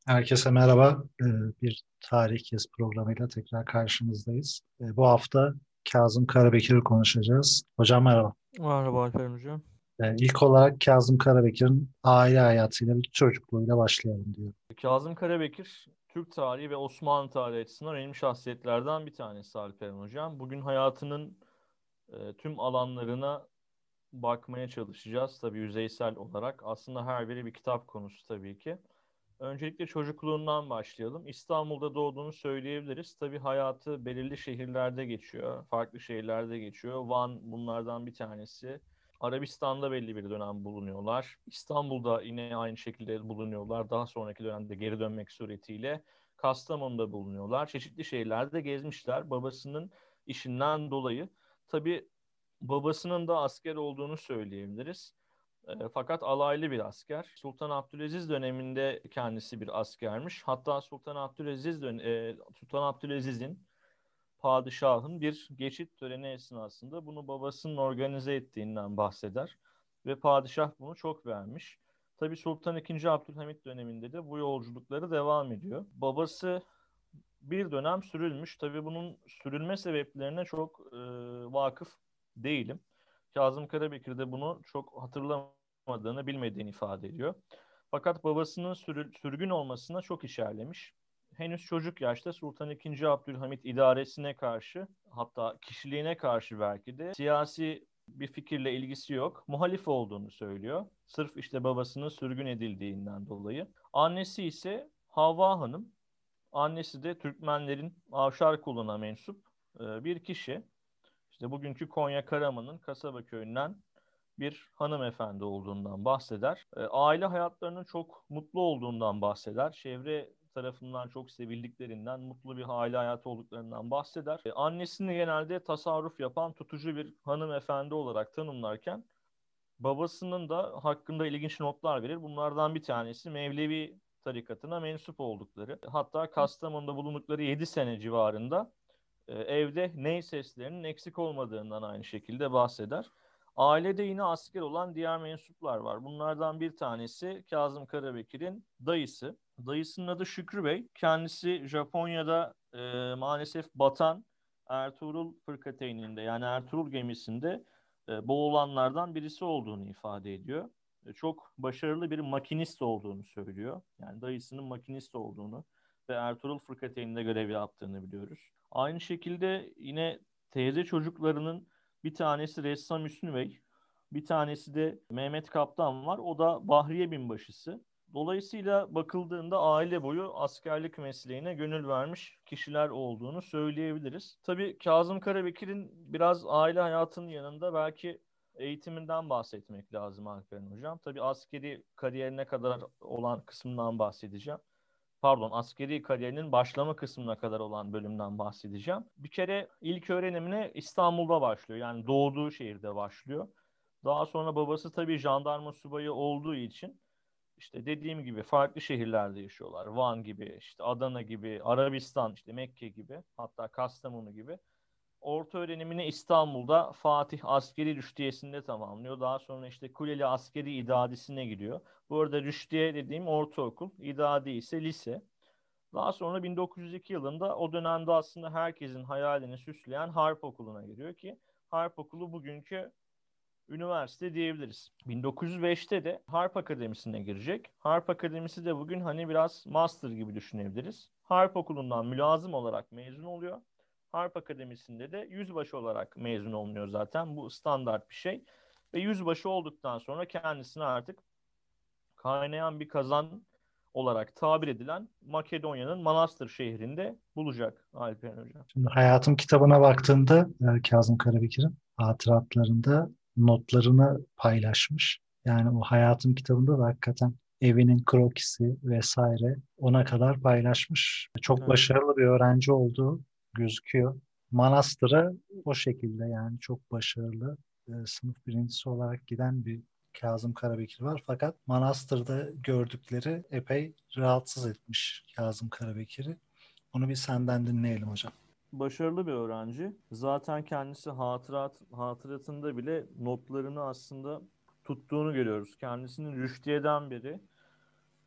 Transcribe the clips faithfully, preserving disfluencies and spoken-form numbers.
Herkese merhaba. Ee, Bir Tarih Kes programıyla tekrar karşınızdayız. Ee, Bu hafta Kazım Karabekir'i konuşacağız. Hocam merhaba. Merhaba Alper'im hocam. Ee, İlk olarak Kazım Karabekir'in aile hayatıyla bir çocukluğuyla başlayalım diyor. Kazım Karabekir, Türk tarihi ve Osmanlı tarihi açısından önemli şahsiyetlerden bir tanesi Alper'im hocam. Bugün hayatının e, tüm alanlarına bakmaya çalışacağız. Tabii yüzeysel olarak. Aslında her biri bir kitap konusu tabii ki. Öncelikle çocukluğundan başlayalım. İstanbul'da doğduğunu söyleyebiliriz. Tabii hayatı belirli şehirlerde geçiyor. Farklı şehirlerde geçiyor. Van bunlardan bir tanesi. Arabistan'da belli bir dönem bulunuyorlar. İstanbul'da yine aynı şekilde bulunuyorlar. Daha sonraki dönemde geri dönmek suretiyle Kastamonu'da bulunuyorlar. Çeşitli şehirlerde gezmişler babasının işinden dolayı. Tabii babasının da asker olduğunu söyleyebiliriz. E, fakat alaylı bir asker. Sultan Abdülaziz döneminde kendisi bir askermiş. Hatta Sultan Abdülaziz dön e, Sultan Abdülaziz'in padişahın bir geçit töreni esnasında bunu babasının organize ettiğinden bahseder ve padişah bunu çok beğenmiş. Tabii Sultan ikinci. Abdülhamit döneminde de bu yolculukları devam ediyor. Babası bir dönem sürülmüş. Tabii bunun sürülme sebeplerine çok e, vakıf değilim. Kazım Karabekir de bunu çok hatırlamadığını, bilmediğini ifade ediyor. Fakat babasının sürü- sürgün olmasına çok işerlemiş. Henüz çocuk yaşta Sultan ikinci. Abdülhamit idaresine karşı, hatta kişiliğine karşı belki de siyasi bir fikirle ilgisi yok. Muhalif olduğunu söylüyor. Sırf işte babasının sürgün edildiğinden dolayı. Annesi ise Havva Hanım. Annesi de Türkmenlerin Avşar kuluna mensup e, bir kişi. İşte bugünkü Konya Karaman'ın Kasaba köyünden bir hanımefendi olduğundan bahseder. E, aile hayatlarının çok mutlu olduğundan bahseder. Çevre tarafından çok sevildiklerinden, mutlu bir aile hayatı olduklarından bahseder. E, annesini genelde tasarruf yapan tutucu bir hanımefendi olarak tanımlarken babasının da hakkında ilginç notlar verir. Bunlardan bir tanesi Mevlevi tarikatına mensup oldukları. Hatta Kastamonu'da bulundukları yedi sene civarında e, evde ney seslerinin eksik olmadığından aynı şekilde bahseder. Ailede yine asker olan diğer mensuplar var. Bunlardan bir tanesi Kazım Karabekir'in dayısı. Dayısının adı Şükrü Bey. Kendisi Japonya'da e, maalesef batan Ertuğrul Fırkateyninde, yani Ertuğrul gemisinde e, boğulanlardan birisi olduğunu ifade ediyor. E, çok başarılı bir makinist olduğunu söylüyor. Yani dayısının makinist olduğunu ve Ertuğrul Fırkateyn'de görev yaptığını biliyoruz. Aynı şekilde yine teyze çocuklarının bir tanesi Ressam Hüsnü Bey, bir tanesi de Mehmet Kaptan var. O da Bahriye binbaşısı. Dolayısıyla bakıldığında aile boyu askerlik mesleğine gönül vermiş kişiler olduğunu söyleyebiliriz. Tabii Kazım Karabekir'in biraz aile hayatının yanında belki eğitiminden bahsetmek lazım Alperen Hocam. Tabii askeri kariyerine kadar olan kısmından bahsedeceğim. Pardon, askeri kariyerinin başlama kısmına kadar olan bölümden bahsedeceğim. Bir kere ilk öğrenimine İstanbul'da başlıyor. Yani doğduğu şehirde başlıyor. Daha sonra babası tabii jandarma subayı olduğu için işte dediğim gibi farklı şehirlerde yaşıyorlar. Van gibi, işte Adana gibi, Arabistan, işte Mekke gibi, hatta Kastamonu gibi. Orta öğrenimini İstanbul'da Fatih Askeri Rüştiyesi'nde tamamlıyor. Daha sonra işte Kuleli Askeri İdadisi'ne giriyor. Bu arada Rüştiye dediğim ortaokul, İdadi ise lise. Daha sonra bin dokuz yüz iki yılında o dönemde aslında herkesin hayalini süsleyen Harp Okulu'na giriyor ki Harp Okulu bugünkü üniversite diyebiliriz. bin dokuz yüz beşte de Harp Akademisi'ne girecek. Harp Akademisi de bugün hani biraz master gibi düşünebiliriz. Harp Okulu'ndan mülazım olarak mezun oluyor. Harp Akademisi'nde de yüzbaşı olarak mezun oluyor zaten. Bu standart bir şey. Ve yüzbaşı olduktan sonra kendisini artık kaynayan bir kazan olarak tabir edilen Makedonya'nın Manastır şehrinde bulacak Alper Hocam. Şimdi Hayatım kitabına baktığımda e, Kazım Karabekir'in hatıratlarında notlarını paylaşmış. Yani o Hayatım kitabında da hakikaten evinin krokisi vesaire ona kadar paylaşmış. Çok Evet. başarılı bir öğrenci olduğu gözüküyor. Manastır'a o şekilde yani çok başarılı e, sınıf birincisi olarak giden bir Kazım Karabekir var. Fakat Manastır'da gördükleri epey rahatsız etmiş Kazım Karabekir'i. Onu bir senden dinleyelim hocam. Başarılı bir öğrenci. Zaten kendisi hatırat, hatıratında bile notlarını aslında tuttuğunu görüyoruz. Kendisinin Rüştiye'den beri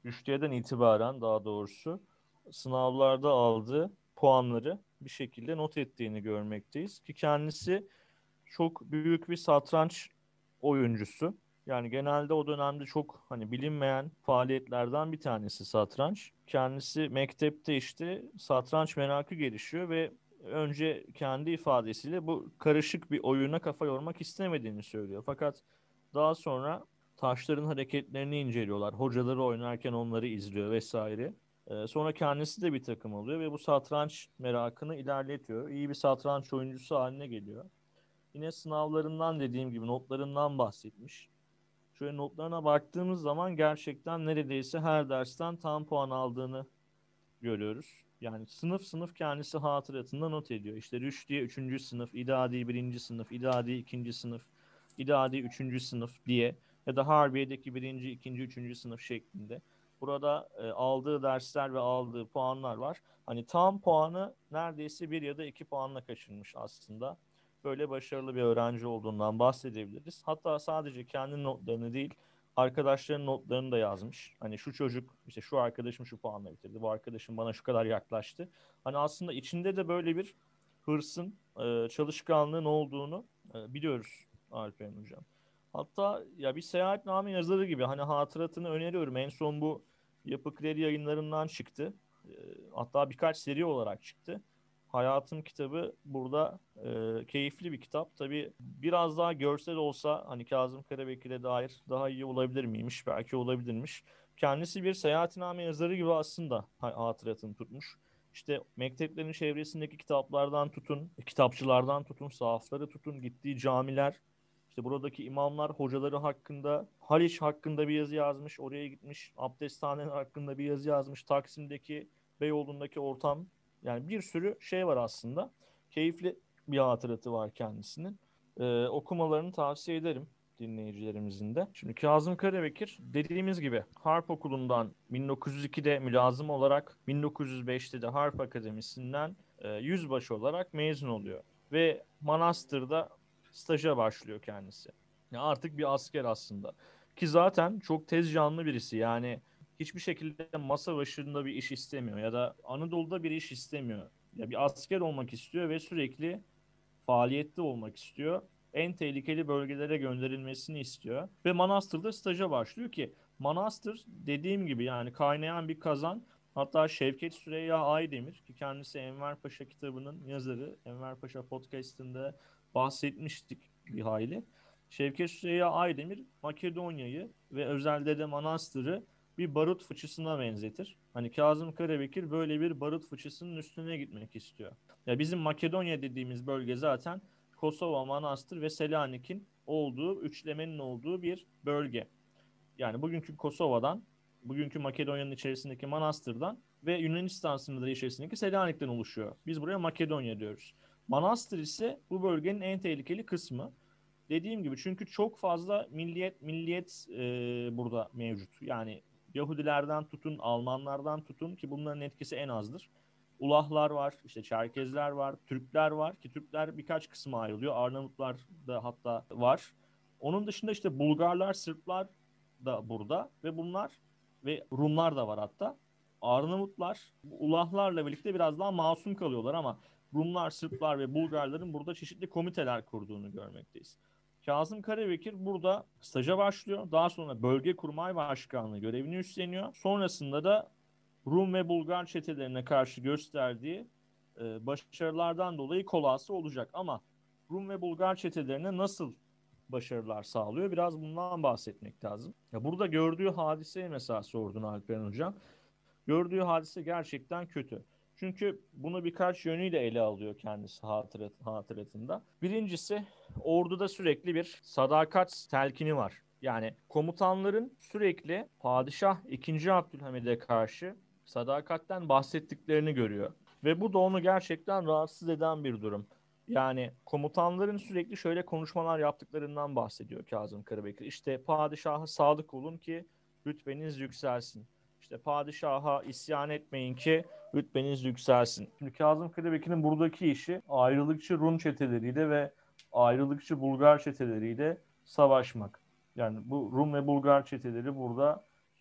Rüşdiye'den itibaren daha doğrusu sınavlarda aldığı puanları bir şekilde not ettiğini görmekteyiz. Ki kendisi çok büyük bir satranç oyuncusu. Yani genelde o dönemde çok hani bilinmeyen faaliyetlerden bir tanesi satranç. Kendisi mektepte işte satranç merakı gelişiyor ve önce kendi ifadesiyle bu karışık bir oyuna kafa yormak istemediğini söylüyor. Fakat daha sonra taşların hareketlerini inceliyorlar. Hocaları oynarken onları izliyor vesaire. Ee, sonra kendisi de bir takım alıyor ve bu satranç merakını ilerletiyor. İyi bir satranç oyuncusu haline geliyor. Yine sınavlarından dediğim gibi notlarından bahsetmiş. Şöyle notlarına baktığımız zaman gerçekten neredeyse her dersten tam puan aldığını görüyoruz. Yani sınıf sınıf kendisi hatıratında not ediyor. İşte Rüşdiye üçüncü sınıf, İdadi birinci sınıf, İdadi ikinci sınıf, İdadi üçüncü sınıf diye ya da Harbiye'deki birinci, ikinci, üçüncü sınıf şeklinde. Burada e, aldığı dersler ve aldığı puanlar var. Hani tam puanı neredeyse bir ya da iki puanla kaçırmış aslında. Böyle başarılı bir öğrenci olduğundan bahsedebiliriz. Hatta sadece kendi notlarını değil, arkadaşların notlarını da yazmış. Hani şu çocuk işte şu arkadaşım şu puanla bitirdi. Bu arkadaşım bana şu kadar yaklaştı. Hani aslında içinde de böyle bir hırsın, e, çalışkanlığın olduğunu e, biliyoruz Alperen Hocam. Hatta ya bir seyahatname yazarı gibi hani hatıratını öneriyorum. En son bu Yapı Kredi yayınlarından çıktı. E, hatta birkaç seri olarak çıktı. Hayatım kitabı burada e, keyifli bir kitap. Tabii biraz daha görsel olsa hani Kazım Karabekir'e dair daha iyi olabilir miymiş? Belki olabilirmiş. Kendisi bir seyahatname yazarı gibi aslında hatıratını tutmuş. İşte mekteplerin çevresindeki kitaplardan tutun, kitapçılardan tutun, sahafları tutun, gittiği camiler, işte buradaki imamlar, hocaları hakkında, Haliç hakkında bir yazı yazmış, oraya gitmiş, abdesthaneler hakkında bir yazı yazmış, Taksim'deki, Beyoğlu'ndaki ortam, yani bir sürü şey var aslında. Keyifli bir hatıratı var kendisinin. Ee, okumalarını tavsiye ederim dinleyicilerimizin de. Şimdi Kazım Karabekir dediğimiz gibi Harp Okulu'ndan bin dokuz yüz ikide mülazım olarak bin dokuz yüz beşte de Harp Akademisi'nden e, yüzbaşı olarak mezun oluyor. Ve Manastır'da staja başlıyor kendisi. Yani artık bir asker aslında. Ki zaten çok tez canlı birisi. Yani hiçbir şekilde masa başında bir iş istemiyor ya da Anadolu'da bir iş istemiyor. Ya bir asker olmak istiyor ve sürekli faaliyette olmak istiyor. En tehlikeli bölgelere gönderilmesini istiyor. Ve Manastır'da staja başlıyor ki Manastır dediğim gibi yani kaynayan bir kazan. Hatta Şevket Süreyya Aydemir ki kendisi Enver Paşa kitabının yazarı. Enver Paşa podcast'inde bahsetmiştik bir hayli. Şevket Süreyya Aydemir Makedonya'yı ve özellikle de Manastır'ı bir barut fıçısına benzetir. Hani Kazım Karabekir böyle bir barut fıçısının üstüne gitmek istiyor. Ya bizim Makedonya dediğimiz bölge zaten Kosova, Manastır ve Selanik'in olduğu, üçlemenin olduğu bir bölge. Yani bugünkü Kosova'dan, bugünkü Makedonya'nın içerisindeki Manastır'dan ve Yunanistan sınırları içerisindeki Selanik'ten oluşuyor. Biz buraya Makedonya diyoruz. Manastır ise bu bölgenin en tehlikeli kısmı. Dediğim gibi çünkü çok fazla milliyet milliyet e, burada mevcut. Yani Yahudilerden tutun, Almanlardan tutun ki bunların etkisi en azdır. Ulahlar var, işte Çerkezler var, Türkler var ki Türkler birkaç kısma ayrılıyor. Arnavutlar da hatta var. Onun dışında işte Bulgarlar, Sırplar da burada ve bunlar ve Rumlar da var hatta. Arnavutlar Ulahlarla birlikte biraz daha masum kalıyorlar ama Rumlar, Sırplar ve Bulgarların burada çeşitli komiteler kurduğunu görmekteyiz. Kazım Karabekir burada staja başlıyor. Daha sonra bölge kurmay başkanlığı görevini üstleniyor. Sonrasında da Rum ve Bulgar çetelerine karşı gösterdiği e, başarılardan dolayı kolası olacak. Ama Rum ve Bulgar çetelerine nasıl başarılar sağlıyor? Biraz bundan bahsetmek lazım. Ya burada gördüğü hadiseye mesela sordun Alperen Hocam. Gördüğü hadise gerçekten kötü. Çünkü bunu birkaç yönüyle ele alıyor kendisi hatırat, hatıratında. Birincisi orduda sürekli bir sadakat telkini var. Yani komutanların sürekli Padişah ikinci. Abdülhamid'e karşı sadakatten bahsettiklerini görüyor. Ve bu da onu gerçekten rahatsız eden bir durum. Yani komutanların sürekli şöyle konuşmalar yaptıklarından bahsediyor Kazım Karabekir. İşte padişaha sadık olun ki rütbeniz yükselsin. İşte padişaha isyan etmeyin ki rütbeniz yükselsin. Şimdi Kazım Karabekir'in buradaki işi ayrılıkçı Rum çeteleriyle ve ayrılıkçı Bulgar çeteleriyle savaşmak. Yani bu Rum ve Bulgar çeteleri burada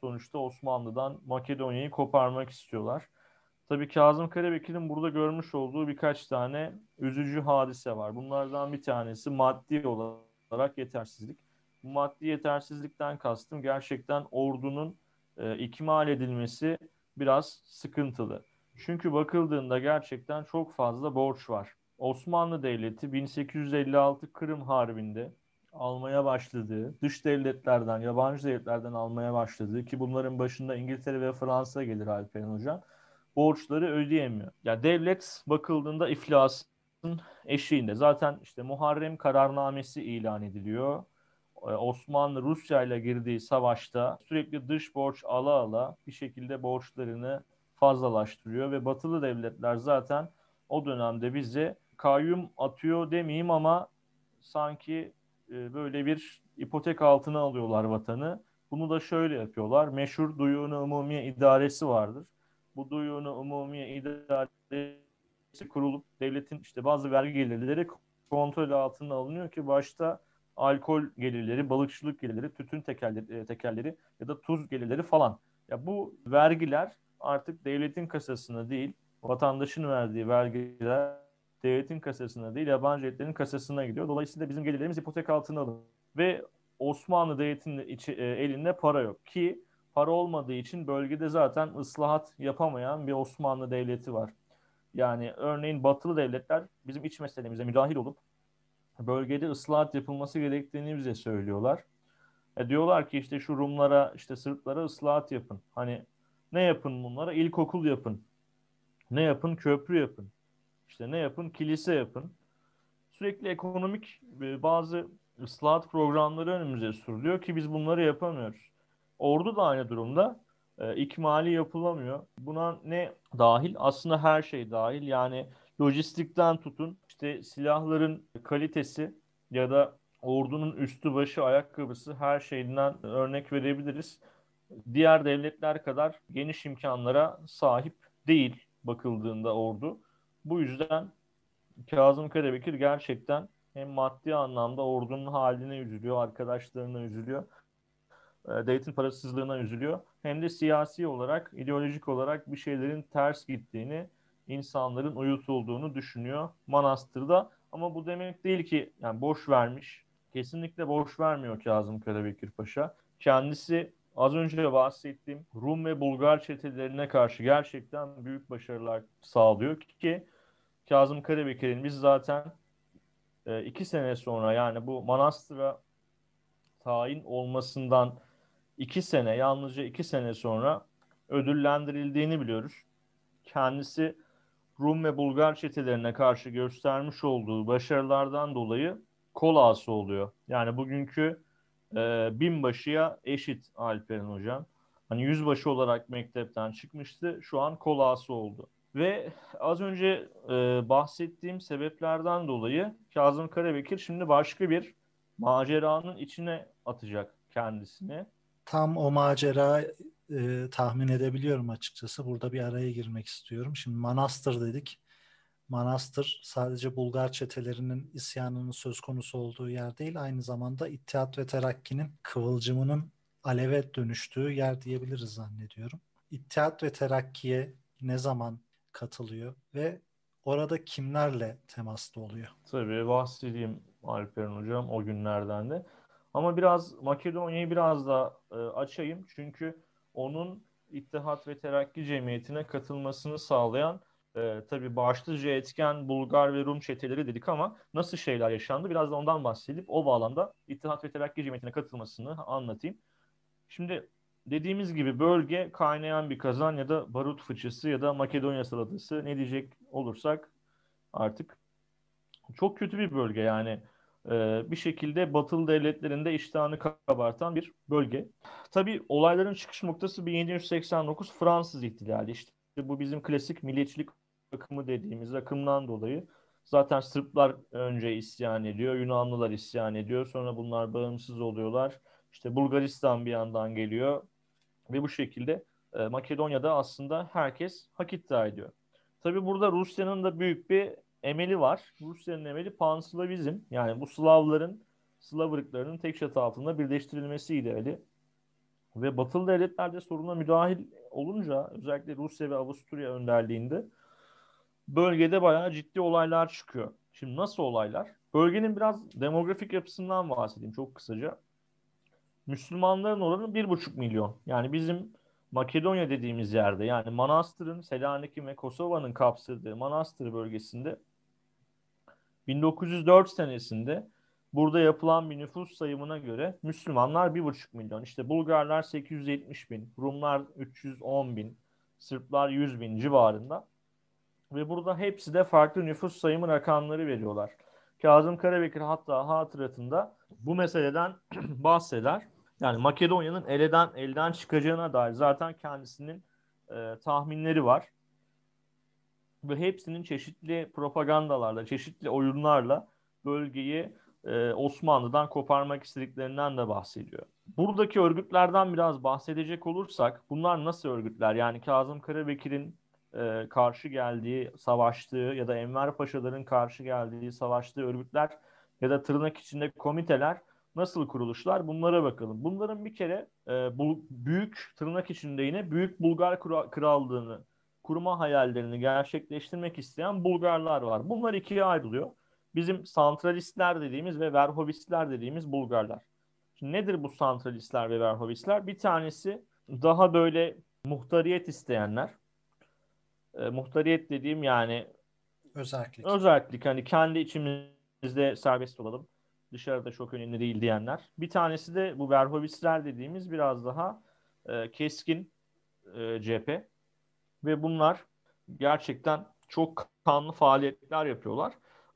sonuçta Osmanlı'dan Makedonya'yı koparmak istiyorlar. Tabii Kazım Karabekir'in burada görmüş olduğu birkaç tane üzücü hadise var. Bunlardan bir tanesi maddi olarak yetersizlik. Bu maddi yetersizlikten kastım gerçekten ordunun e, ikmal edilmesi biraz sıkıntılı. Çünkü bakıldığında gerçekten çok fazla borç var. Osmanlı Devleti bin sekiz yüz elli altı Kırım Harbi'nde almaya başladığı, dış devletlerden, yabancı devletlerden almaya başladığı ki bunların başında İngiltere ve Fransa gelir Alperen Hocam, borçları ödeyemiyor. Ya devlet bakıldığında iflasın eşiğinde. Zaten işte Muharrem Kararnamesi ilan ediliyor. Ee, Osmanlı Rusya ile girdiği savaşta sürekli dış borç ala ala bir şekilde borçlarını fazlalaştırıyor ve batılı devletler zaten o dönemde bize kayyum atıyor demeyeyim ama sanki e, böyle bir ipotek altına alıyorlar vatanı. Bunu da şöyle yapıyorlar. Meşhur Duyunu Umumiye İdaresi vardır. Bu Duyunu Umumiye İdaresi kurulup devletin işte bazı vergi gelirleri kontrol altına alınıyor ki başta alkol gelirleri, balıkçılık gelirleri, tütün tekelleri, tekelleri ya da tuz gelirleri falan. Ya bu vergiler artık devletin kasasına değil, vatandaşın verdiği vergiler devletin kasasına değil, yabancı devletlerin kasasına gidiyor. Dolayısıyla bizim gelirlerimiz ipotek altına alınıyor. Ve Osmanlı Devleti'nin içi, e, elinde para yok ki para olmadığı için bölgede zaten ıslahat yapamayan bir Osmanlı Devleti var. Yani örneğin batılı devletler bizim iç meselemize müdahil olup bölgede ıslahat yapılması gerektiğini bize söylüyorlar. E diyorlar ki işte şu Rumlara, işte Sırplara ıslahat yapın. Hani ne yapın bunlara? İlkokul yapın. Ne yapın? Köprü yapın. İşte ne yapın? Kilise yapın. Sürekli ekonomik e, bazı ıslahat programları önümüze sürülüyor ki biz bunları yapamıyoruz. Ordu da aynı durumda. E, ikmali yapılamıyor. Buna ne dahil? Aslında her şey dahil. Yani lojistikten tutun, işte silahların kalitesi ya da ordunun üstü başı ayakkabısı her şeyinden örnek verebiliriz. Diğer devletler kadar geniş imkanlara sahip değil bakıldığında ordu. Bu yüzden Kazım Karabekir gerçekten hem maddi anlamda ordunun haline üzülüyor, arkadaşlarına üzülüyor, e, devletin parasızlığına üzülüyor. Hem de siyasi olarak, ideolojik olarak bir şeylerin ters gittiğini, insanların uyutulduğunu düşünüyor Manastır'da. Ama bu demek değil ki yani boş vermiş. Kesinlikle boş vermiyor Kazım Karabekir Paşa. Kendisi az önce bahsettiğim Rum ve Bulgar çetelerine karşı gerçekten büyük başarılar sağlıyor ki Kazım Karabekir'in biz zaten e, iki sene sonra yani bu Manastır'a tayin olmasından iki sene yalnızca iki sene sonra ödüllendirildiğini biliyoruz. Kendisi Rum ve Bulgar çetelerine karşı göstermiş olduğu başarılardan dolayı kol ağası oluyor. Yani bugünkü e, binbaşıya eşit Alperen Hocam. Hani yüzbaşı olarak mektepten çıkmıştı. Şu an kol ağası oldu. Ve az önce e, bahsettiğim sebeplerden dolayı Kazım Karabekir şimdi başka bir maceranın içine atacak kendisini. Tam o macera e, tahmin edebiliyorum açıkçası. Burada bir araya girmek istiyorum. Şimdi Manastır dedik. Manastır sadece Bulgar çetelerinin isyanının söz konusu olduğu yer değil, aynı zamanda İttihat ve Terakki'nin kıvılcımının aleve dönüştüğü yer diyebiliriz zannediyorum. İttihat ve Terakki'ye ne zaman katılıyor ve orada kimlerle temasta oluyor? Tabii bahsedeyim Alperen Hocam o günlerden de. Ama biraz Makedonya'yı biraz da e, açayım. Çünkü onun İttihat ve Terakki Cemiyeti'ne katılmasını sağlayan e, tabii başlıca etken Bulgar ve Rum çeteleri dedik ama nasıl şeyler yaşandı biraz da ondan bahsedip o bağlamda İttihat ve Terakki Cemiyeti'ne katılmasını anlatayım. Şimdi dediğimiz gibi bölge kaynayan bir kazan ya da barut fıçısı ya da Makedonya salatası ne diyecek olursak artık çok kötü bir bölge yani. Ee, bir şekilde Batılı devletlerinde iştahını kabartan bir bölge. Tabii olayların çıkış noktası bin yedi yüz seksen dokuz Fransız ihtilali. İşte bu bizim klasik milliyetçilik akımı dediğimiz akımdan dolayı zaten Sırplar önce isyan ediyor, Yunanlılar isyan ediyor. Sonra bunlar bağımsız oluyorlar. İşte Bulgaristan bir yandan geliyor ve bu şekilde e, Makedonya'da aslında herkes hak iddia ediyor. Tabii burada Rusya'nın da büyük bir emeli var. Rusya'nın emeli Panslavizm. Yani bu Slavların, Slav ırklarının tek çatı altında birleştirilmesi ideali. Ve Batılı devletler de soruna müdahil olunca, özellikle Rusya ve Avusturya önderliğinde bölgede bayağı ciddi olaylar çıkıyor. Şimdi nasıl olaylar? Bölgenin biraz demografik yapısından bahsedeyim çok kısaca. Müslümanların oranı bir buçuk milyon. Yani bizim Makedonya dediğimiz yerde, yani Manastır'ın, Selanik'in ve Kosova'nın kapsadığı Manastır bölgesinde bin dokuz yüz dört senesinde burada yapılan bir nüfus sayımına göre Müslümanlar bir buçuk milyon. İşte Bulgarlar sekiz yüz yetmiş bin, Rumlar üç yüz on bin, Sırplar yüz bin civarında. Ve burada hepsi de farklı nüfus sayımı rakamları veriyorlar. Kazım Karabekir hatta hatıratında bu meseleden bahseder. Yani Makedonya'nın elden elden çıkacağına dair zaten kendisinin e, tahminleri var. Ve hepsinin çeşitli propagandalarla, çeşitli oyunlarla bölgeyi e, Osmanlı'dan koparmak istediklerinden de bahsediyor. Buradaki örgütlerden biraz bahsedecek olursak, bunlar nasıl örgütler? Yani Kazım Karabekir'in e, karşı geldiği, savaştığı ya da Enver Paşaların karşı geldiği, savaştığı örgütler ya da tırnak içinde komiteler nasıl kuruluşlar? Bunlara bakalım. Bunların bir kere e, bu, büyük tırnak içinde yine Büyük Bulgar Krallığı'nı kurma hayallerini gerçekleştirmek isteyen Bulgarlar var. Bunlar ikiye ayrılıyor. Bizim santralistler dediğimiz ve verhovistler dediğimiz Bulgarlar. Şimdi nedir bu santralistler ve verhovistler? Bir tanesi daha böyle muhtariyet isteyenler. E, muhtariyet dediğim yani Özellik. özellik, hani kendi içimizde serbest olalım, dışarıda çok önemli değil diyenler. Bir tanesi de bu verhovistler dediğimiz biraz daha e, keskin e, cephe. Ve bunlar gerçekten çok kanlı faaliyetler yapıyorlar.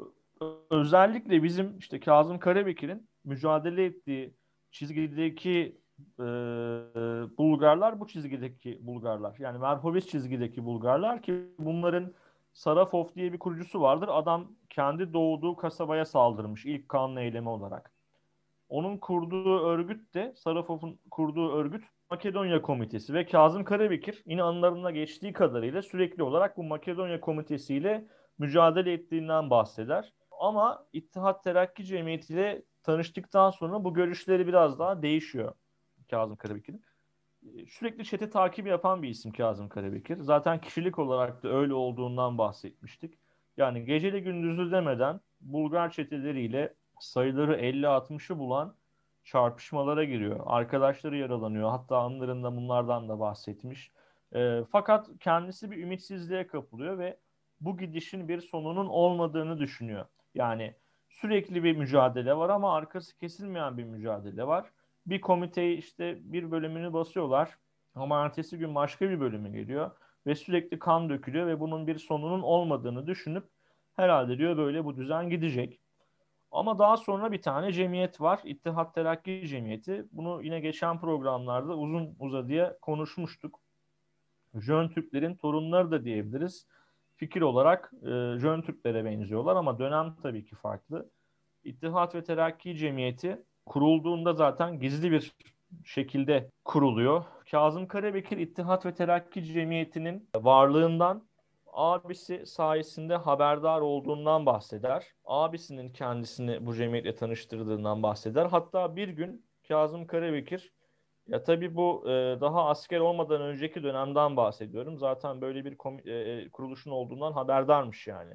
Özellikle bizim işte Kazım Karabekir'in mücadele ettiği çizgideki e, Bulgarlar bu çizgideki Bulgarlar. Yani Verhovist çizgideki Bulgarlar ki bunların Sarafov diye bir kurucusu vardır. Adam kendi doğduğu kasabaya saldırmış ilk kanlı eylemi olarak. Onun kurduğu örgüt de Sarafov'un kurduğu örgüt Makedonya Komitesi ve Kazım Karabekir yine anılarına geçtiği kadarıyla sürekli olarak bu Makedonya Komitesi ile mücadele ettiğinden bahseder. Ama İttihat Terakki Cemiyeti ile tanıştıktan sonra bu görüşleri biraz daha değişiyor Kazım Karabekir'in. Sürekli çete takibi yapan bir isim Kazım Karabekir. Zaten kişilik olarak da öyle olduğundan bahsetmiştik. Yani geceli gündüzlü demeden Bulgar çeteleriyle sayıları elli altmışı bulan çarpışmalara giriyor. Arkadaşları yaralanıyor. Hatta anılarında bunlardan da bahsetmiş. E, fakat kendisi bir ümitsizliğe kapılıyor ve bu gidişin bir sonunun olmadığını düşünüyor. Yani sürekli bir mücadele var ama arkası kesilmeyen bir mücadele var. Bir komiteyi işte bir bölümünü basıyorlar ama ertesi gün başka bir bölümü geliyor ve sürekli kan dökülüyor ve bunun bir sonunun olmadığını düşünüp herhalde diyor böyle bu düzen gidecek. Ama daha sonra bir tane cemiyet var. İttihat Terakki Cemiyeti. Bunu yine geçen programlarda uzun uzadıya konuşmuştuk. Jön Türklerin torunları da diyebiliriz. Fikir olarak e, Jön Türklere benziyorlar ama dönem tabii ki farklı. İttihat ve Terakki Cemiyeti kurulduğunda zaten gizli bir şekilde kuruluyor. Kazım Karabekir İttihat ve Terakki Cemiyeti'nin varlığından abisi sayesinde haberdar olduğundan bahseder. Abisinin kendisini bu cemiyetle tanıştırdığından bahseder. Hatta bir gün Kazım Karabekir, ya tabii bu e, daha asker olmadan önceki dönemden bahsediyorum. Zaten böyle bir kom- e, kuruluşun olduğundan haberdarmış yani.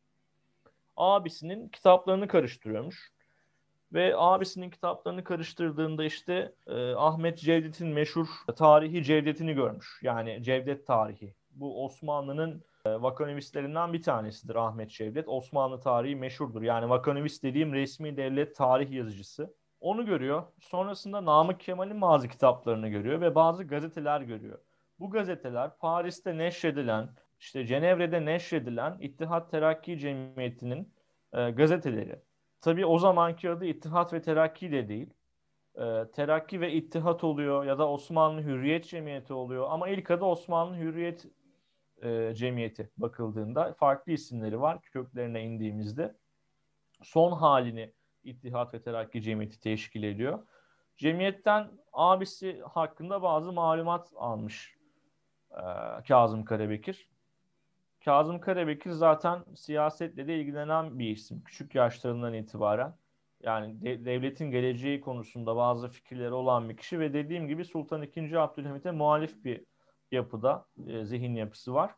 Abisinin kitaplarını karıştırıyormuş. Ve abisinin kitaplarını karıştırdığında işte e, Ahmet Cevdet'in meşhur tarihi Cevdet'ini görmüş. Yani Cevdet tarihi. Bu Osmanlı'nın e, vakanovist bir tanesidir Ahmet Cevdet. Osmanlı tarihi meşhurdur. Yani vakanovist dediğim resmi devlet tarih yazıcısı. Onu görüyor. Sonrasında Namık Kemal'in bazı kitaplarını görüyor ve bazı gazeteler görüyor. Bu gazeteler Paris'te neşredilen, işte Cenevre'de neşredilen İttihat Terakki Cemiyeti'nin e, gazeteleri. Tabii o zamanki adı İttihat ve Terakki de değil. Ee, Terakki ve İttihat oluyor ya da Osmanlı Hürriyet Cemiyeti oluyor. Ama ilk adı Osmanlı Hürriyet e, Cemiyeti bakıldığında farklı isimleri var köklerine indiğimizde. Son halini İttihat ve Terakki Cemiyeti teşkil ediyor. Cemiyetten abisi hakkında bazı malumat almış e, Kazım Karabekir. Kazım Karabekir zaten siyasetle de ilgilenen bir isim küçük yaşlarından itibaren. Yani de, devletin geleceği konusunda bazı fikirleri olan bir kişi ve dediğim gibi Sultan ikinci. Abdülhamit'e muhalif bir yapıda, e, zihin yapısı var.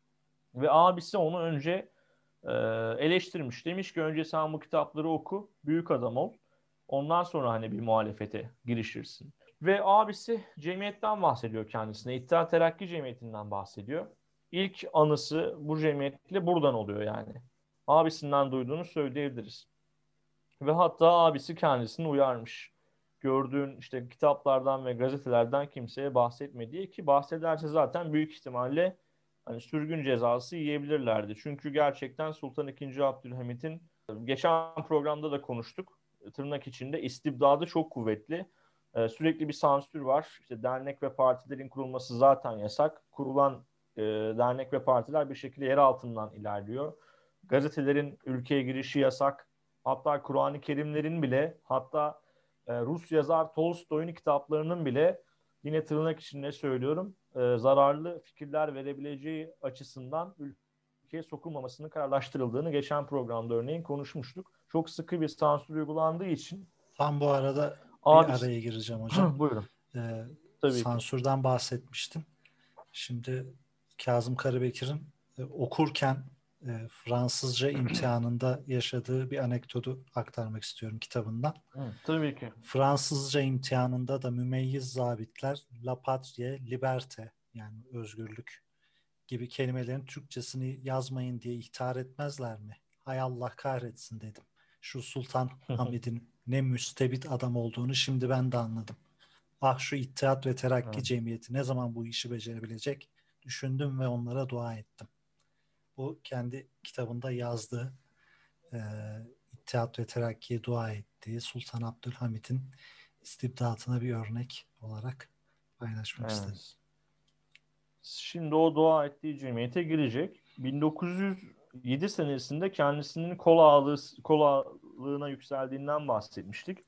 Ve abisi onu önce e, eleştirmiş. Demiş ki önce sen bu kitapları oku, büyük adam ol. Ondan sonra hani bir muhalefete girişirsin. Ve abisi cemiyetten bahsediyor kendisine. İttihat Terakki Cemiyeti'nden bahsediyor. İlk anısı bu cemiyetle buradan oluyor yani. Abisinden duyduğunu söyleyebiliriz. Ve hatta abisi kendisini uyarmış. Gördüğün işte kitaplardan ve gazetelerden kimseye bahsetme diye, ki bahsederse zaten büyük ihtimalle hani sürgün cezası yiyebilirlerdi. Çünkü gerçekten Sultan ikinci. Abdülhamit'in, geçen programda da konuştuk, tırnak içinde istibdadı çok kuvvetli. Ee, sürekli bir sansür var. İşte dernek ve partilerin kurulması zaten yasak. Kurulan e, dernek ve partiler bir şekilde yer altından ilerliyor. Gazetelerin ülkeye girişi yasak. Hatta Kur'an-ı Kerimlerin bile, hatta e, Rus yazar Tolstoy'un kitaplarının bile, yine tırnak içinde söylüyorum, e, zararlı fikirler verebileceği açısından ülkeye sokulmamasının kararlaştırıldığını geçen programda örneğin konuşmuştuk. Çok sıkı bir sansür uygulandığı için. Tam bu arada bir Abi araya gireceğim hocam. buyurun. Ee, Tabii ki. sansürden bahsetmiştim. Şimdi Kazım Karabekir'in e, okurken e, Fransızca imtihanında yaşadığı bir anekdotu aktarmak istiyorum kitabından. Hı, tabii ki. Fransızca imtihanında da mümeyyiz zabitler La Patrie, Liberté yani özgürlük gibi kelimelerin Türkçesini yazmayın diye ihtar etmezler mi? Hay Allah kahretsin dedim. Şu Sultan Hamid'in ne müstebit adam olduğunu şimdi ben de anladım. Ah şu İttihat ve Terakki Cemiyeti ne zaman bu işi becerebilecek? Düşündüm ve onlara dua ettim. Bu kendi kitabında yazdığı, e, İttihat ve Terakki'ye dua ettiği Sultan Abdülhamid'in istibdatına bir örnek olarak paylaşmak Evet. istedim. Şimdi o dua ettiği cemiyete girecek. bin dokuz yüz yedi senesinde kendisinin kol ağlığı, kol ağlığına yükseldiğinden bahsetmiştik.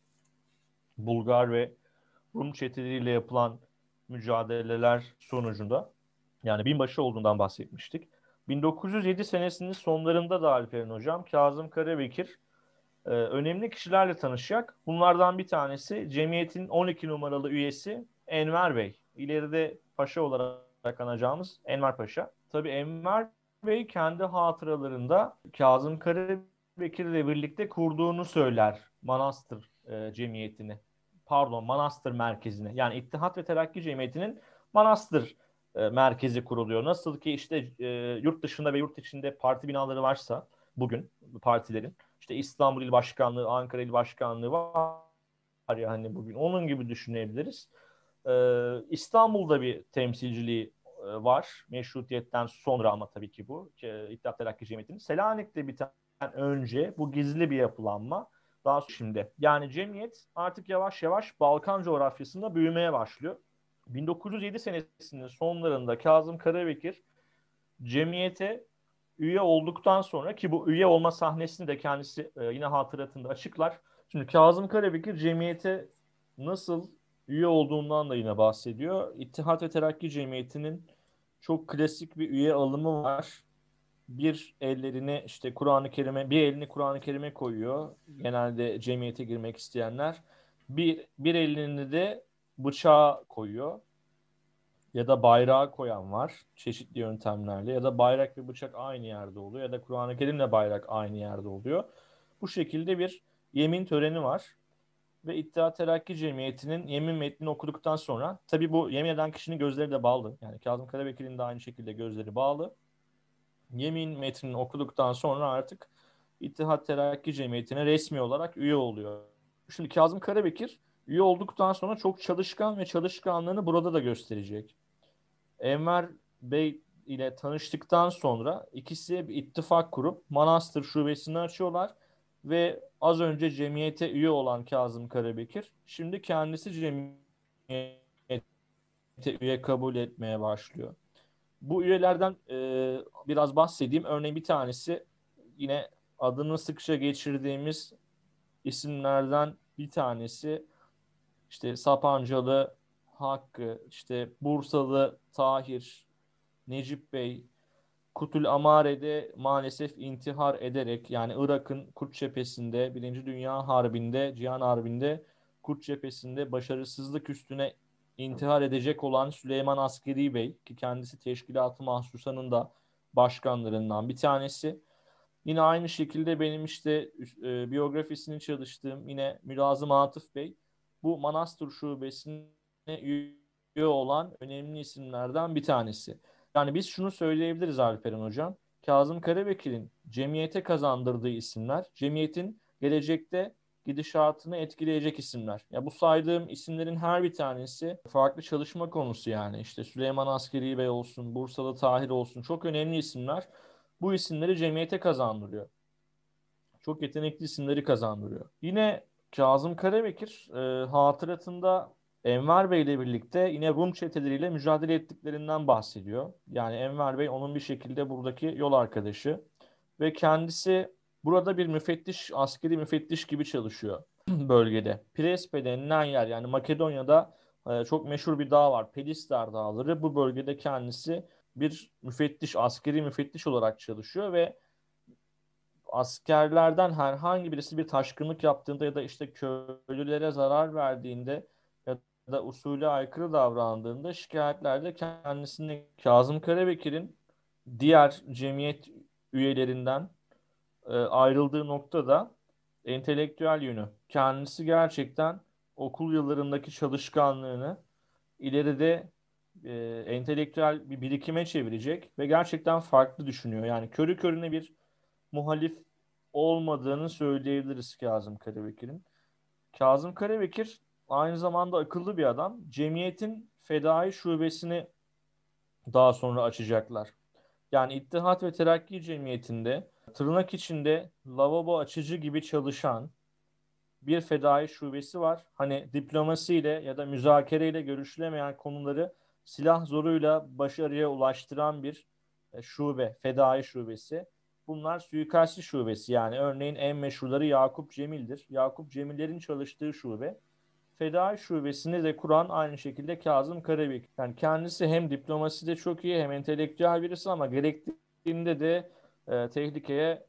Bulgar ve Rum çeteleriyle yapılan mücadeleler sonucunda, yani binbaşı olduğundan bahsetmiştik. bin dokuz yüz yedi senesinin sonlarında da Alperen Hocam Kazım Karabekir e, önemli kişilerle tanışacak. Bunlardan bir tanesi cemiyetin on iki numaralı üyesi Enver Bey. İleride paşa olarak anacağımız Enver Paşa. Tabii Enver Bey kendi hatıralarında Kazım Karabekir ile birlikte kurduğunu söyler Manastır e, cemiyetini. Pardon, Manastır merkezini. Yani İttihat ve Terakki Cemiyeti'nin Manastır e, merkezi kuruluyor. Nasıl ki işte e, yurt dışında ve yurt içinde parti binaları varsa bugün partilerin, işte İstanbul İl Başkanlığı, Ankara İl Başkanlığı var ya hani bugün, onun gibi düşünebiliriz. Ee, İstanbul'da bir temsilciliği e, var. Meşrutiyetten sonra ama tabii ki bu. E, İttihat Terakki Cemiyeti'nin. Selanik'te biten önce bu gizli bir yapılanma. Daha sonra şimdi. Yani cemiyet artık yavaş yavaş Balkan coğrafyasında büyümeye başlıyor. bin dokuz yüz yedi senesinin sonlarında Kazım Karabekir cemiyete üye olduktan sonra, ki bu üye olma sahnesini de kendisi e, yine hatıratında açıklar. Şimdi Kazım Karabekir cemiyete nasıl üye olduğundan da yine bahsediyor. İttihat ve Terakki Cemiyeti'nin çok klasik bir üye alımı var. Bir ellerini işte Kur'an-ı Kerim'e, bir elini Kur'an-ı Kerim'e koyuyor. Genelde cemiyete girmek isteyenler. Bir, bir elini de bıçağa koyuyor. Ya da bayrağı koyan var çeşitli yöntemlerle, ya da bayrak ve bıçak aynı yerde oluyor, ya da Kur'an-ı Kerim'le bayrak aynı yerde oluyor. Bu şekilde bir yemin töreni var ve İttihat Terakki Cemiyeti'nin yemin metnini okuduktan sonra, tabii bu yemin eden kişinin gözleri de bağlı. Yani Kazım Karabekir'in de aynı şekilde gözleri bağlı. Yemin metnini okuduktan sonra artık İttihat Terakki Cemiyeti'ne resmi olarak üye oluyor. Şimdi Kazım Karabekir üye olduktan sonra çok çalışkan ve çalışkanlığını burada da gösterecek. Enver Bey ile tanıştıktan sonra ikisi bir ittifak kurup Manastır şubesini açıyorlar ve az önce cemiyete üye olan Kazım Karabekir şimdi kendisi cemiyete üye kabul etmeye başlıyor. Bu üyelerden e, biraz bahsedeyim. Örneğin bir tanesi, yine adını sıkça geçirdiğimiz isimlerden bir tanesi, işte Sapancalı Hakkı, işte Bursalı Tahir, Necip Bey, Kutul Amare'de maalesef intihar ederek, yani Irak'ın Kurt Cephesi'nde Birinci Dünya Harbi'nde, Cihan Harbi'nde Kurt Cephesi'nde başarısızlık üstüne intihar edecek olan Süleyman Askeri Bey, ki kendisi Teşkilat-ı Mahsusa'nın da başkanlarından bir tanesi. Yine aynı şekilde benim işte e, biyografisini çalıştığım yine Mülazım Atıf Bey, bu Manastır Şubesi'ne üye olan önemli isimlerden bir tanesi. Yani biz şunu söyleyebiliriz Alperen Hocam. Kazım Karabekir'in cemiyete kazandırdığı isimler, cemiyetin gelecekte gidişatını etkileyecek isimler. Ya bu saydığım isimlerin her bir tanesi farklı çalışma konusu yani. İşte Süleyman Askeri Bey olsun, Bursalı Tahir olsun, çok önemli isimler. Bu isimleri cemiyete kazandırıyor. Çok yetenekli isimleri kazandırıyor. Yine Kazım Karabekir e, hatıratında Enver Bey ile birlikte yine Rum çeteleriyle mücadele ettiklerinden bahsediyor. Yani Enver Bey onun bir şekilde buradaki yol arkadaşı ve kendisi burada bir müfettiş, askeri müfettiş gibi çalışıyor bölgede. Prespe denilen yer, yani Makedonya'da e, çok meşhur bir dağ var. Pelistar Dağları. Bu bölgede kendisi bir müfettiş, askeri müfettiş olarak çalışıyor ve askerlerden herhangi birisi bir taşkınlık yaptığında ya da işte köylülere zarar verdiğinde ya da usule aykırı davrandığında şikayetlerde kendisini Kazım Karabekir'in diğer cemiyet üyelerinden e, ayrıldığı noktada entelektüel yönü. Kendisi gerçekten okul yıllarındaki çalışkanlığını ileride e, entelektüel bir birikime çevirecek ve gerçekten farklı düşünüyor. Yani körü körüne bir muhalif olmadığını söyleyebiliriz Kazım Karabekir'in. Kazım Karabekir aynı zamanda akıllı bir adam. Cemiyetin fedai şubesini daha sonra açacaklar. Yani İttihat ve Terakki Cemiyeti'nde tırnak içinde lavabo açıcı gibi çalışan bir fedai şubesi var. Hani diplomasiyle ya da müzakereyle görüşülemeyen konuları silah zoruyla başarıya ulaştıran bir e, şube, fedai şubesi. Bunlar suikastçı şubesi, yani örneğin en meşhurları Yakup Cemil'dir. Yakup Cemil'lerin çalıştığı şube. Fedai şubesini de kuran aynı şekilde Kazım Karabekir. Yani kendisi hem diplomaside çok iyi hem entelektüel birisi ama gerektiğinde de e, tehlikeye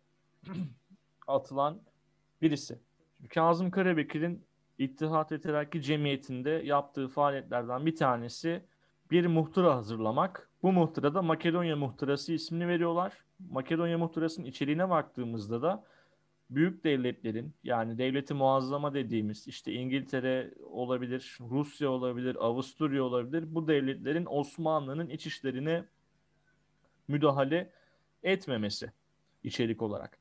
atılan birisi. Kazım Karabekir'in İttihat ve Terakki Cemiyeti'nde yaptığı faaliyetlerden bir tanesi bir muhtıra hazırlamak. Bu muhtırada Makedonya Muhtırası ismini veriyorlar. Makedonya Muhtırası'nın içeriğine baktığımızda da büyük devletlerin, yani devleti muazzama dediğimiz işte İngiltere olabilir, Rusya olabilir, Avusturya olabilir. Bu devletlerin Osmanlı'nın iç işlerine müdahale etmemesi içerik olarak.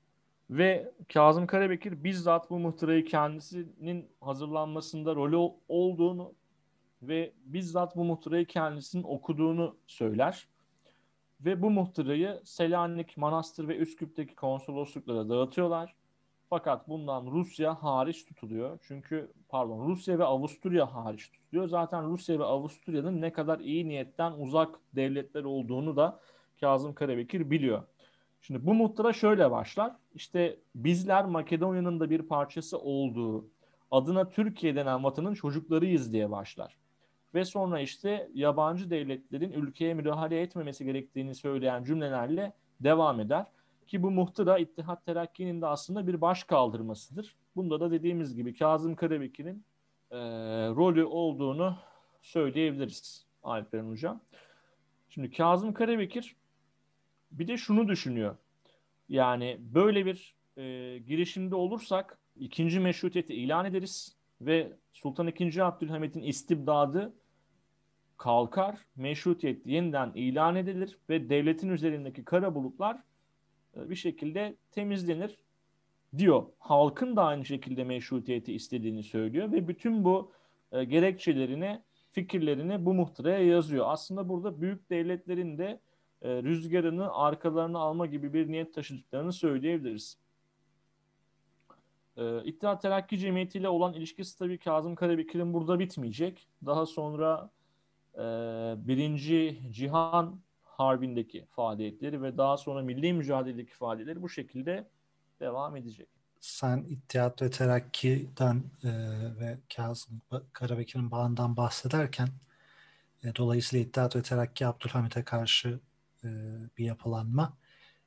Ve Kazım Karabekir bizzat bu muhtırayı kendisinin hazırlanmasında rolü olduğunu ve bizzat bu muhtırayı kendisinin okuduğunu söyler. Ve bu muhtırayı Selanik, Manastır ve Üsküp'teki konsolosluklara dağıtıyorlar. Fakat bundan Rusya hariç tutuluyor. Çünkü pardon Rusya ve Avusturya hariç tutuluyor. Zaten Rusya ve Avusturya'nın ne kadar iyi niyetten uzak devletler olduğunu da Kazım Karabekir biliyor. Şimdi bu muhtıra şöyle başlar. İşte bizler Makedonya'nın da bir parçası olduğu, adına Türkiye denen vatanın çocuklarıyız diye başlar. Ve sonra işte yabancı devletlerin ülkeye müdahale etmemesi gerektiğini söyleyen cümlelerle devam eder. Ki bu muhtıra İttihat Terakki'nin de aslında bir baş kaldırmasıdır. Bunda da dediğimiz gibi Kazım Karabekir'in e, rolü olduğunu söyleyebiliriz Alperen Hocam. Şimdi Kazım Karabekir bir de şunu düşünüyor. Yani böyle bir e, girişimde olursak ikinci meşrutiyeti ilan ederiz ve Sultan ikinci. Abdülhamit'in istibdadı kalkar, meşrutiyet yeniden ilan edilir ve devletin üzerindeki kara bulutlar e, bir şekilde temizlenir diyor. Halkın da aynı şekilde meşrutiyeti istediğini söylüyor ve bütün bu e, gerekçelerini, fikirlerini bu muhtıraya yazıyor. Aslında burada büyük devletlerin de e, rüzgarını arkalarına alma gibi bir niyet taşıdıklarını söyleyebiliriz. E, İttihat Terakki Cemiyeti ile olan ilişkisi tabii Kazım Karabekir'in burada bitmeyecek. Daha sonra e, Birinci Cihan Harbi'ndeki faaliyetleri ve daha sonra milli mücadeledeki faaliyetleri bu şekilde devam edecek. Sen İttihat ve Terakki'den e, ve Kazım Karabekir'in bağından bahsederken e, dolayısıyla İttihat ve Terakki Abdülhamit'e karşı e, bir yapılanma.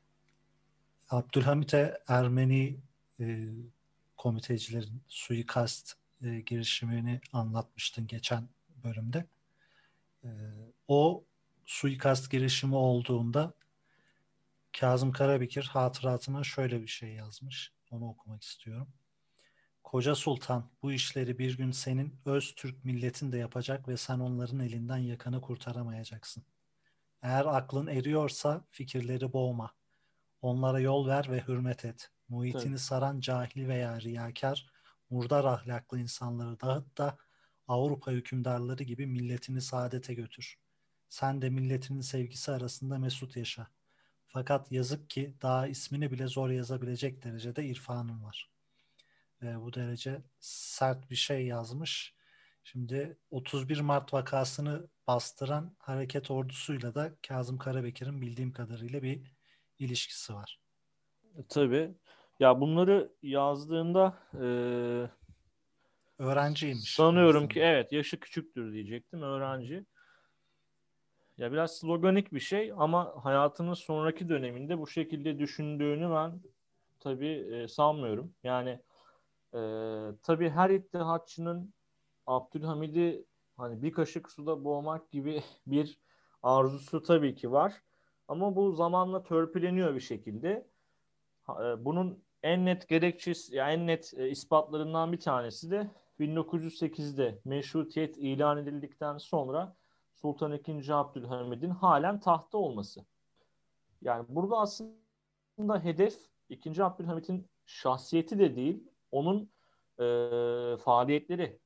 Abdülhamit'e Ermeni e, komitecilerin suikast e, girişimini anlatmıştın geçen bölümde. E, o suikast girişimi olduğunda Kazım Karabekir hatıratına şöyle bir şey yazmış. Onu okumak istiyorum. Koca Sultan, bu işleri bir gün senin öz Türk milletin de yapacak ve sen onların elinden yakanı kurtaramayacaksın. Eğer aklın eriyorsa fikirleri boğma. Onlara yol ver ve hürmet et. Tabii. Muhitini saran cahil veya riyakar, murdar ahlaklı insanları dağıt da Avrupa hükümdarları gibi milletini saadete götür. Sen de milletinin sevgisi arasında mesut yaşa. Fakat yazık ki daha ismini bile zor yazabilecek derecede irfanın var. E, bu derece sert bir şey yazmış. Şimdi otuz bir Mart vakasını bastıran hareket ordusuyla da Kazım Karabekir'in bildiğim kadarıyla bir ilişkisi var. Tabii. Ya bunları yazdığında e, Öğrenciymiş sanıyorum ki yazdığında. evet yaşı küçüktür diyecektim, öğrenci. Ya biraz sloganik bir şey ama hayatının sonraki döneminde bu şekilde düşündüğünü ben tabii e, sanmıyorum. Yani e, tabii her ittihatçının Abdülhamid'i hani bir kaşık suda boğmak gibi bir arzusu tabii ki var. Ama bu zamanla törpüleniyor bir şekilde. Ha, e, Bunun en net gerekçesi, yani en net e, ispatlarından bir tanesi de bin dokuz yüz sekizde meşrutiyet ilan edildikten sonra Sultan ikinci. Abdülhamid'in halen tahtta olması. Yani burada aslında hedef ikinci. Abdülhamid'in şahsiyeti de değil, onun e, faaliyetleri.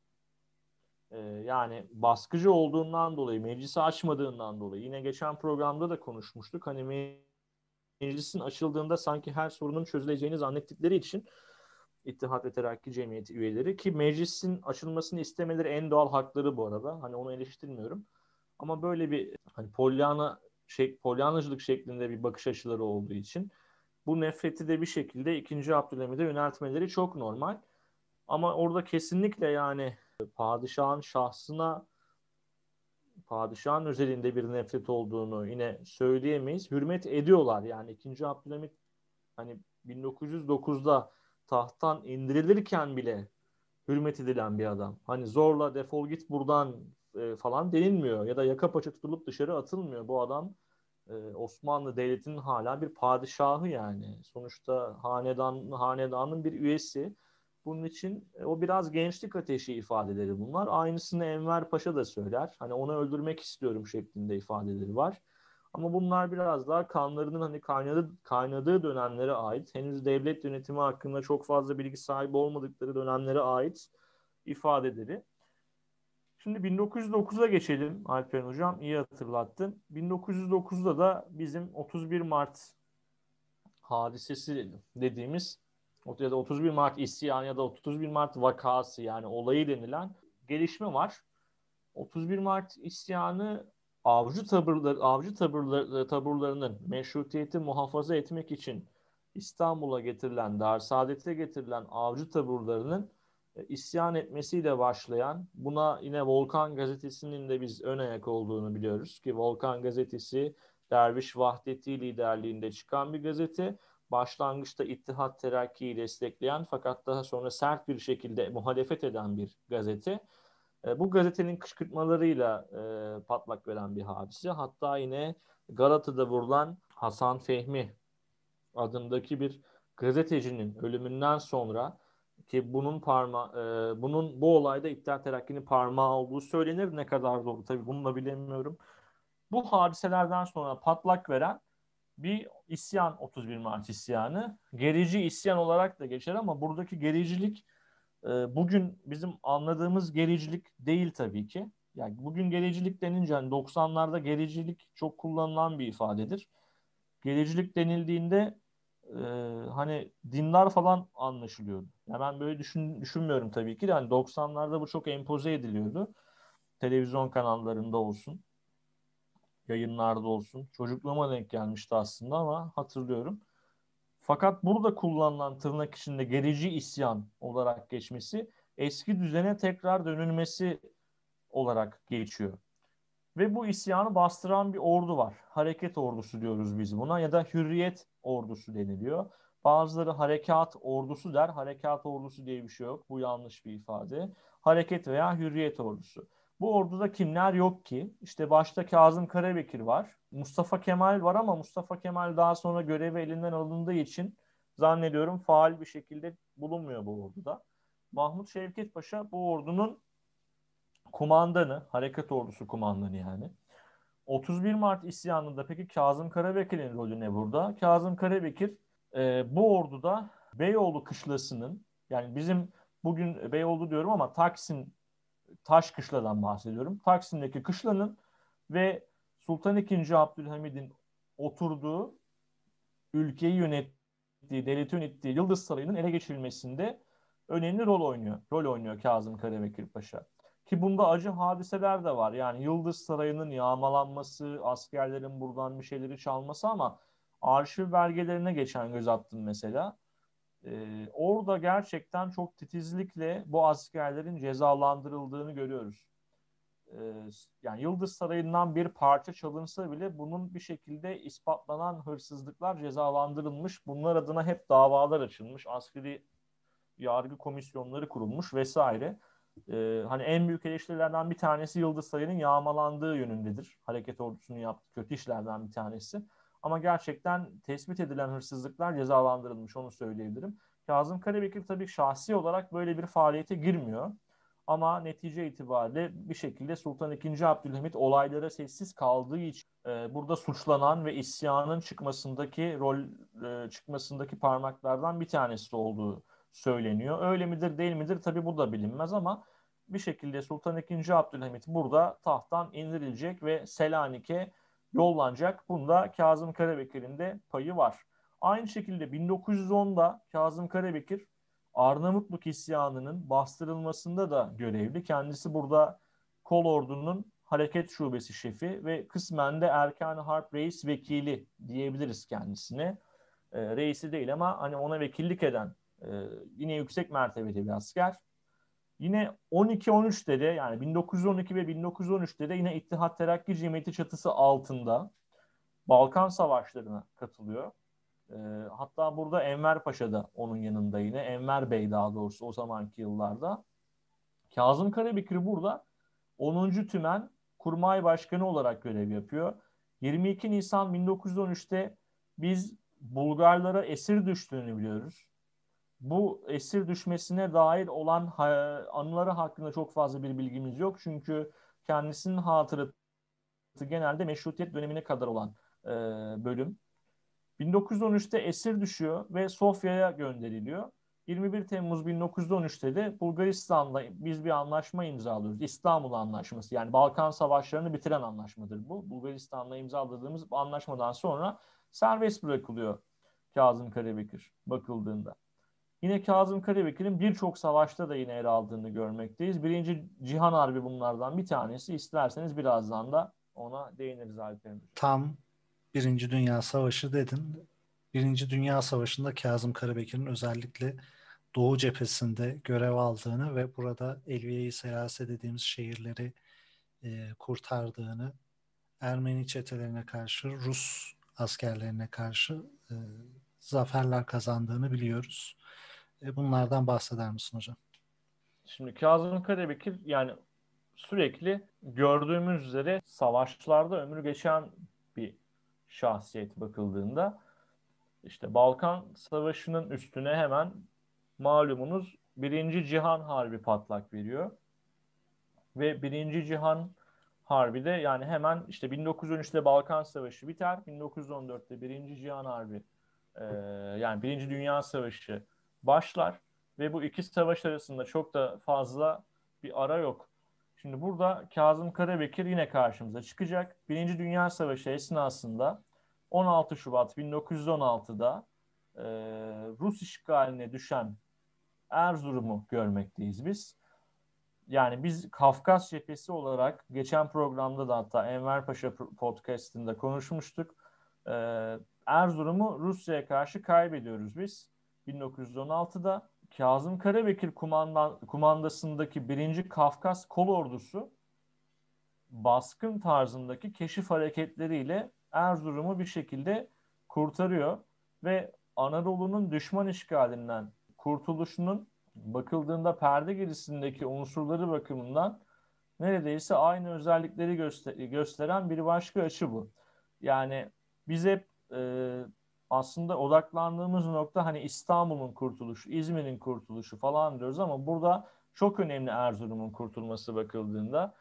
E, yani baskıcı olduğundan dolayı, meclisi açmadığından dolayı. Yine geçen programda da konuşmuştuk. Hani meclisin açıldığında sanki her sorunun çözüleceğini zannettikleri için İttihat ve Terakki Cemiyeti üyeleri, ki meclisin açılmasını istemeleri en doğal hakları bu arada. Hani onu eleştirmiyorum. Ama böyle bir hani Pollyanna şey, Polyanacılık şeklinde bir bakış açıları olduğu için bu nefreti de bir şekilde ikinci. Abdülhamid'e yöneltmeleri çok normal. Ama orada kesinlikle yani padişahın şahsına, padişahın özelinde bir nefret olduğunu yine söyleyemeyiz. Hürmet ediyorlar yani ikinci. Abdülhamid hani bin dokuz yüz dokuzda tahttan indirilirken bile hürmet edilen bir adam. Hani zorla defol git buradan e, falan denilmiyor ya da yaka paça tutulup dışarı atılmıyor. Bu adam e, Osmanlı Devleti'nin hala bir padişahı yani. Sonuçta hanedan hanedanın bir üyesi. Bunun için e, o biraz gençlik ateşi ifadeleri bunlar. Aynısını Enver Paşa da söyler. Hani onu öldürmek istiyorum şeklinde ifadeleri var. Ama bunlar biraz daha kanlarının hani kaynadığı, kaynadığı dönemlere ait, henüz devlet yönetimi hakkında çok fazla bilgi sahibi olmadıkları dönemlere ait ifadeleri. Şimdi bin dokuz yüz dokuza geçelim Alperen Hocam, iyi hatırlattın. bin dokuz yüz dokuzda da bizim otuz bir Mart hadisesi dediğimiz ya da otuz bir Mart isyanı ya da otuz bir Mart vakası, yani olayı denilen gelişme var. otuz bir Mart isyanı avcı taburları, avcı taburları, taburlarının meşrutiyeti muhafaza etmek için İstanbul'a getirilen, Darsaadet'e getirilen avcı taburlarının e, isyan etmesiyle başlayan, buna yine Volkan Gazetesi'nin de biz ön ayak olduğunu biliyoruz ki Volkan Gazetesi Derviş Vahdeti liderliğinde çıkan bir gazete. Başlangıçta İttihat Terakki'yi destekleyen fakat daha sonra sert bir şekilde muhalefet eden bir gazete. E, bu gazetenin kışkırtmalarıyla e, patlak veren bir hadise. Hatta yine Galata'da vurulan Hasan Fehmi adındaki bir gazetecinin ölümünden sonra, ki bunun parma e, bunun bu olayda İttihat Terakki'nin parmağı olduğu söylenir. Ne kadar doğru tabii bunu da bilemiyorum. Bu hadiselerden sonra patlak veren bir isyan, otuz bir Mart isyanı. Gerici isyan olarak da geçer ama buradaki gericilik e, bugün bizim anladığımız gericilik değil tabii ki. Yani bugün gericilik denince hani doksanlarda gericilik çok kullanılan bir ifadedir. Gericilik denildiğinde e, hani dindar falan anlaşılıyordu. Yani ben böyle düşün, düşünmüyorum tabii ki de hani doksanlarda bu çok empoze ediliyordu. Televizyon kanallarında olsun, yayınlarda olsun. Çocukluğuma denk gelmişti aslında ama hatırlıyorum. Fakat burada kullanılan tırnak içinde gerici isyan olarak geçmesi eski düzene tekrar dönülmesi olarak geçiyor. Ve bu isyanı bastıran bir ordu var. Hareket ordusu diyoruz biz buna ya da hürriyet ordusu deniliyor. Bazıları harekat ordusu der. Harekat ordusu diye bir şey yok. Bu yanlış bir ifade. Hareket veya hürriyet ordusu. Bu orduda kimler yok ki? İşte başta Kazım Karabekir var. Mustafa Kemal var ama Mustafa Kemal daha sonra görevi elinden alındığı için zannediyorum faal bir şekilde bulunmuyor bu orduda. Mahmut Şevket Paşa bu ordunun kumandanı, harekat ordusu kumandanı yani. otuz bir Mart isyanında peki Kazım Karabekir'in rolü ne burada? Kazım Karabekir e, bu orduda Beyoğlu kışlasının, yani bizim bugün Beyoğlu diyorum ama Taksim Taşkışla'dan bahsediyorum. Taksim'deki kışlanın ve Sultan ikinci. Abdülhamid'in oturduğu, ülkeyi yönettiği, devleti yönettiği Yıldız Sarayı'nın ele geçirilmesinde önemli rol oynuyor. Rol oynuyor Kazım Karabekir Paşa. Ki bunda acı hadiseler de var. Yani Yıldız Sarayı'nın yağmalanması, askerlerin buradan bir şeyleri çalması ama arşiv belgelerine geçen göz attım mesela. Ee, orada gerçekten çok titizlikle bu askerlerin cezalandırıldığını görüyoruz. Ee, yani Yıldız Sarayı'ndan bir parça çalınsa bile bunun bir şekilde ispatlanan hırsızlıklar cezalandırılmış. Bunlar adına hep davalar açılmış. Askeri yargı komisyonları kurulmuş vesaire. Ee, hani en büyük eleştirilerden bir tanesi Yıldız Sarayı'nın yağmalandığı yönündedir. Hareket ordusunun yaptığı kötü işlerden bir tanesi. Ama gerçekten tespit edilen hırsızlıklar cezalandırılmış, onu söyleyebilirim. Kazım Karabekir tabii şahsi olarak böyle bir faaliyete girmiyor. Ama netice itibariyle bir şekilde Sultan ikinci. Abdülhamit olaylara sessiz kaldığı için e, burada suçlanan ve isyanın çıkmasındaki rol e, çıkmasındaki parmaklardan bir tanesi olduğu söyleniyor. Öyle midir değil midir tabii bu da bilinmez ama bir şekilde Sultan ikinci. Abdülhamit burada tahttan indirilecek ve Selanik'e yollanacak. Bunda Kazım Karabekir'in de payı var. Aynı şekilde bin dokuz yüz onda Kazım Karabekir Arnavutluk isyanının bastırılmasında da görevli. Kendisi burada Kol Ordu'nun hareket şubesi şefi ve kısmen de Erkan-ı Harp Reis Vekili diyebiliriz kendisine. E, reisi değil ama hani ona vekillik eden e, yine yüksek mertebeli bir asker. Yine on iki on üçte de yani bin dokuz yüz on iki ve bin dokuz yüz on üçte de yine İttihat Terakki Cemiyeti çatısı altında Balkan Savaşları'na katılıyor. E, hatta burada Enver Paşa da onun yanında yine. Enver Bey daha doğrusu o zamanki yıllarda. Kazım Karabekir burada onuncu. Tümen Kurmay Başkanı olarak görev yapıyor. yirmi iki Nisan bin dokuz yüz on üçte biz Bulgarlara esir düştüğünü biliyoruz. Bu esir düşmesine dair olan ha- anıları hakkında çok fazla bir bilgimiz yok. Çünkü kendisinin hatıratı genelde Meşrutiyet dönemine kadar olan e, bölüm. bin dokuz yüz on üçte esir düşüyor ve Sofya'ya gönderiliyor. yirmi bir Temmuz bin dokuz yüz on üçte de Bulgaristan'la biz bir anlaşma imzalıyoruz. İstanbul Anlaşması, yani Balkan Savaşları'nı bitiren anlaşmadır bu. Bulgaristan'la imzaladığımız bu anlaşmadan sonra serbest bırakılıyor Kazım Karabekir bakıldığında. Yine Kazım Karabekir'in birçok savaşta da yine yer aldığını görmekteyiz. Birinci Cihan Harbi bunlardan bir tanesi. İsterseniz birazdan da ona değiniriz Alper Hocam. Tam Birinci Dünya Savaşı dedin. Birinci Dünya Savaşı'nda Kazım Karabekir'in özellikle Doğu cephesinde görev aldığını ve burada Elviye-i Selase dediğimiz şehirleri e, kurtardığını, Ermeni çetelerine karşı, Rus askerlerine karşı e, zaferler kazandığını biliyoruz. E, bunlardan bahseder misin hocam? Şimdi Kazım Karabekir yani sürekli gördüğümüz üzere savaşlarda ömrü geçen bir şahsiyet bakıldığında işte Balkan Savaşı'nın üstüne hemen malumunuz Birinci Cihan Harbi patlak veriyor. Ve Birinci Cihan Harbi de yani hemen işte bin dokuz yüz on üçte Balkan Savaşı biter. bin dokuz yüz on dörtte Birinci Cihan Harbi e, yani Birinci Dünya Savaşı başlar. Ve bu iki savaş arasında çok da fazla bir ara yok. Şimdi burada Kazım Karabekir yine karşımıza çıkacak. Birinci Dünya Savaşı esnasında on altı Şubat bin dokuz yüz on altıda e, Rus işgaline düşen Erzurum'u görmekteyiz biz. Yani biz Kafkas Cephesi olarak geçen programda da hatta Enver Paşa podcast'ında konuşmuştuk. Ee, Erzurum'u Rusya'ya karşı kaybediyoruz biz bin dokuz yüz on altıda. Kazım Karabekir kumandan, kumandasındaki birinci Kafkas Kol Ordusu baskın tarzındaki keşif hareketleriyle Erzurum'u bir şekilde kurtarıyor ve Anadolu'nun düşman işgalinden kurtuluşunun bakıldığında perde gerisindeki unsurları bakımından neredeyse aynı özellikleri göster gösteren bir başka açı bu. Yani biz hep e, aslında odaklandığımız nokta hani İstanbul'un kurtuluşu, İzmir'in kurtuluşu falan diyoruz ama burada çok önemli Erzurum'un kurtulması bakıldığında.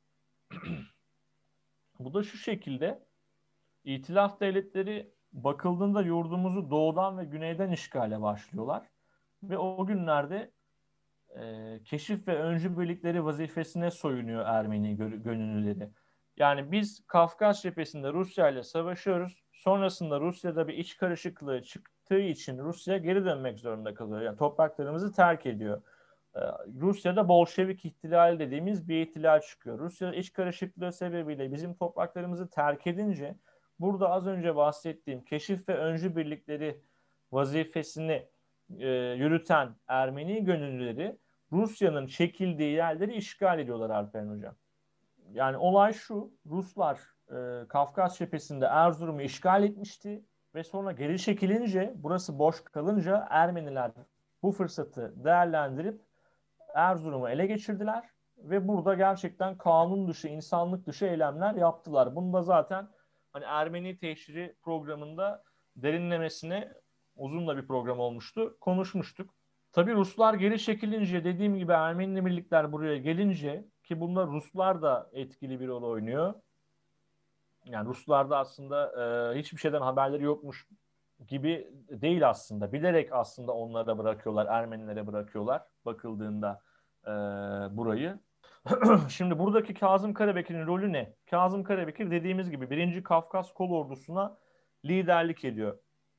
Bu da şu şekilde: İtilaf devletleri bakıldığında yurdumuzu doğudan ve güneyden işgale başlıyorlar. Ve o günlerde e, keşif ve öncü birlikleri vazifesine soyunuyor Ermeni gönüllüleri. Yani biz Kafkas cephesinde Rusya ile savaşıyoruz. Sonrasında Rusya'da bir iç karışıklığı çıktığı için Rusya geri dönmek zorunda kalıyor. Yani topraklarımızı terk ediyor. Ee, Rusya'da Bolşevik ihtilal dediğimiz bir ihtilal çıkıyor. Rusya iç karışıklığı sebebiyle bizim topraklarımızı terk edince burada az önce bahsettiğim keşif ve öncü birlikleri vazifesini e, yürüten Ermeni gönüllüleri Rusya'nın çekildiği yerleri işgal ediyorlar Alperen Hocam. Yani olay şu: Ruslar e, Kafkas cephesinde Erzurum'u işgal etmişti ve sonra geri çekilince, burası boş kalınca Ermeniler bu fırsatı değerlendirip Erzurum'u ele geçirdiler ve burada gerçekten kanun dışı, insanlık dışı eylemler yaptılar. Bunu da zaten hani Ermeni teşhiri programında derinlemesine, uzun da bir program olmuştu, konuşmuştuk. Tabii Ruslar geri çekilince, dediğim gibi Ermeni birlikler buraya gelince, ki bunda Ruslar da etkili bir rol oynuyor. Yani Ruslar da aslında e, hiçbir şeyden haberleri yokmuş gibi değil aslında. Bilerek aslında onlara bırakıyorlar, Ermenilere bırakıyorlar bakıldığında e, burayı. Şimdi buradaki Kazım Karabekir'in rolü ne? Kazım Karabekir dediğimiz gibi birinci Kafkas Kol Ordusu'na liderlik ediyor.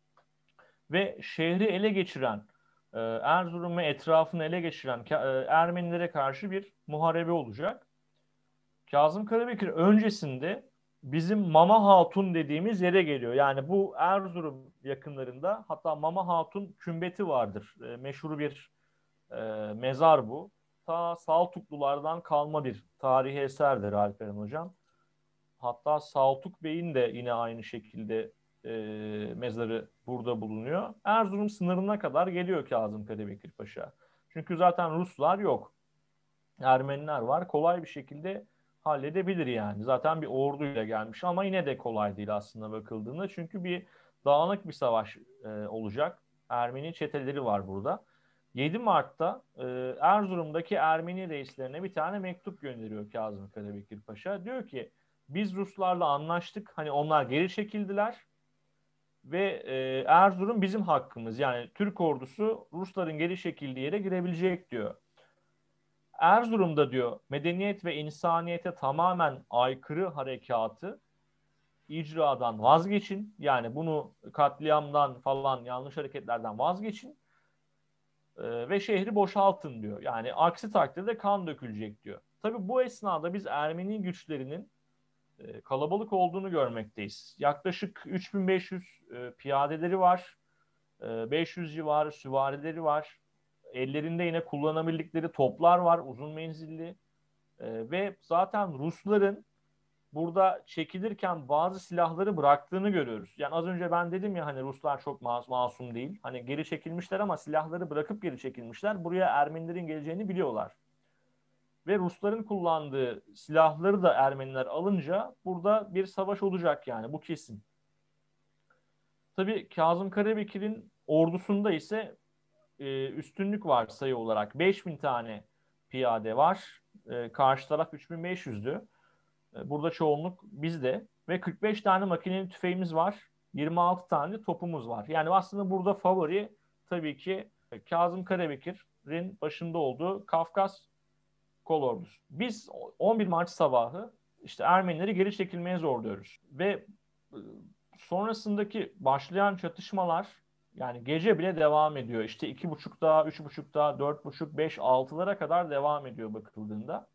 Ve şehri ele geçiren, e, Erzurum ve etrafını ele geçiren e, Ermenilere karşı bir muharebe olacak. Kazım Karabekir öncesinde bizim Mama Hatun dediğimiz yere geliyor. Yani bu Erzurum yakınlarında, hatta Mama Hatun kümbeti vardır. E, meşhur bir e, mezar bu. Ta Saltuklulardan kalma bir tarihi eserdir Alperen Hocam. Hatta Saltuk Bey'in de yine aynı şekilde e, mezarı burada bulunuyor. Erzurum sınırına kadar geliyor Kazım Karabekir Paşa. Çünkü zaten Ruslar yok. Ermeniler var. Kolay bir şekilde halledebilir yani. Zaten bir orduyla gelmiş ama yine de kolay değil aslında bakıldığında. Çünkü bir dağınık bir savaş e, olacak. Ermeni çeteleri var burada. yedi Mart'ta e, Erzurum'daki Ermeni reislerine bir tane mektup gönderiyor Kazım Karabekir Paşa. Diyor ki biz Ruslarla anlaştık. Hani onlar geri çekildiler ve e, Erzurum bizim hakkımız. Yani Türk ordusu Rusların geri çekildiği yere girebilecek diyor. Erzurum'da diyor medeniyet ve insaniyete tamamen aykırı harekatı icradan vazgeçin. Yani bunu katliamdan falan, yanlış hareketlerden vazgeçin e, ve şehri boşaltın diyor. Yani aksi takdirde kan dökülecek diyor. Tabii bu esnada biz Ermeni güçlerinin e, kalabalık olduğunu görmekteyiz. Yaklaşık üç bin beş yüz e, piyadeleri var. E, beş yüz civarı süvarileri var. Ellerinde yine kullanabildikleri toplar var, uzun menzilli. E, ve zaten Rusların burada çekilirken bazı silahları bıraktığını görüyoruz. Yani az önce ben dedim ya hani Ruslar çok mas masum değil. Hani geri çekilmişler ama silahları bırakıp geri çekilmişler. Buraya Ermenilerin geleceğini biliyorlar. Ve Rusların kullandığı silahları da Ermeniler alınca burada bir savaş olacak, yani bu kesin. Tabii Kazım Karabekir'in ordusunda ise e, üstünlük var sayı olarak. beş bin tane piyade var. E, karşı taraf üç bin beş yüzdü. E, burada çoğunluk bizde. Ve kırk beş tane makineli tüfeğimiz var. yirmi altı tane topumuz var. Yani aslında burada favori tabii ki Kazım Karabekir'in başında olduğu Kafkas Kol Ordusu. Biz on bir Mart sabahı işte Ermenileri geri çekilmeye zorluyoruz. Ve e, sonrasındaki başlayan çatışmalar yani gece bile devam ediyor. İşte iki buçukta, üç buçukta, dört buçuk, beş, altılara kadar devam ediyor bakıldığında.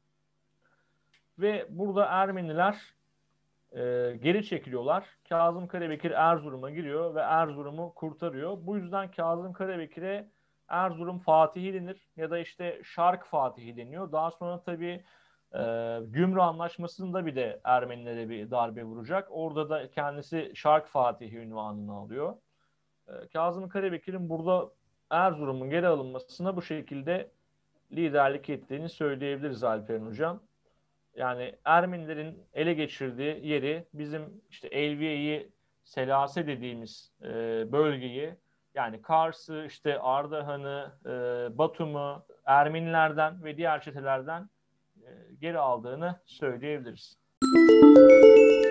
Ve burada Ermeniler e, geri çekiliyorlar. Kazım Karabekir Erzurum'a giriyor ve Erzurum'u kurtarıyor. Bu yüzden Kazım Karabekir'e Erzurum Fatihi denir ya da işte Şark Fatihi deniyor. Daha sonra tabii E, Gümrü Anlaşması'nda bir de Ermenilere bir darbe vuracak. Orada da kendisi Şark Fatihi unvanını alıyor. E, Kazım Karabekir'in burada Erzurum'un geri alınmasına bu şekilde liderlik ettiğini söyleyebiliriz Alperen Hocam. Yani Ermenilerin ele geçirdiği yeri bizim işte Elviye'yi Selase dediğimiz e, bölgeyi yani Kars'ı, işte Ardahan'ı, e, Batum'u Ermenilerden ve diğer çetelerden e, geri aldığını söyleyebiliriz.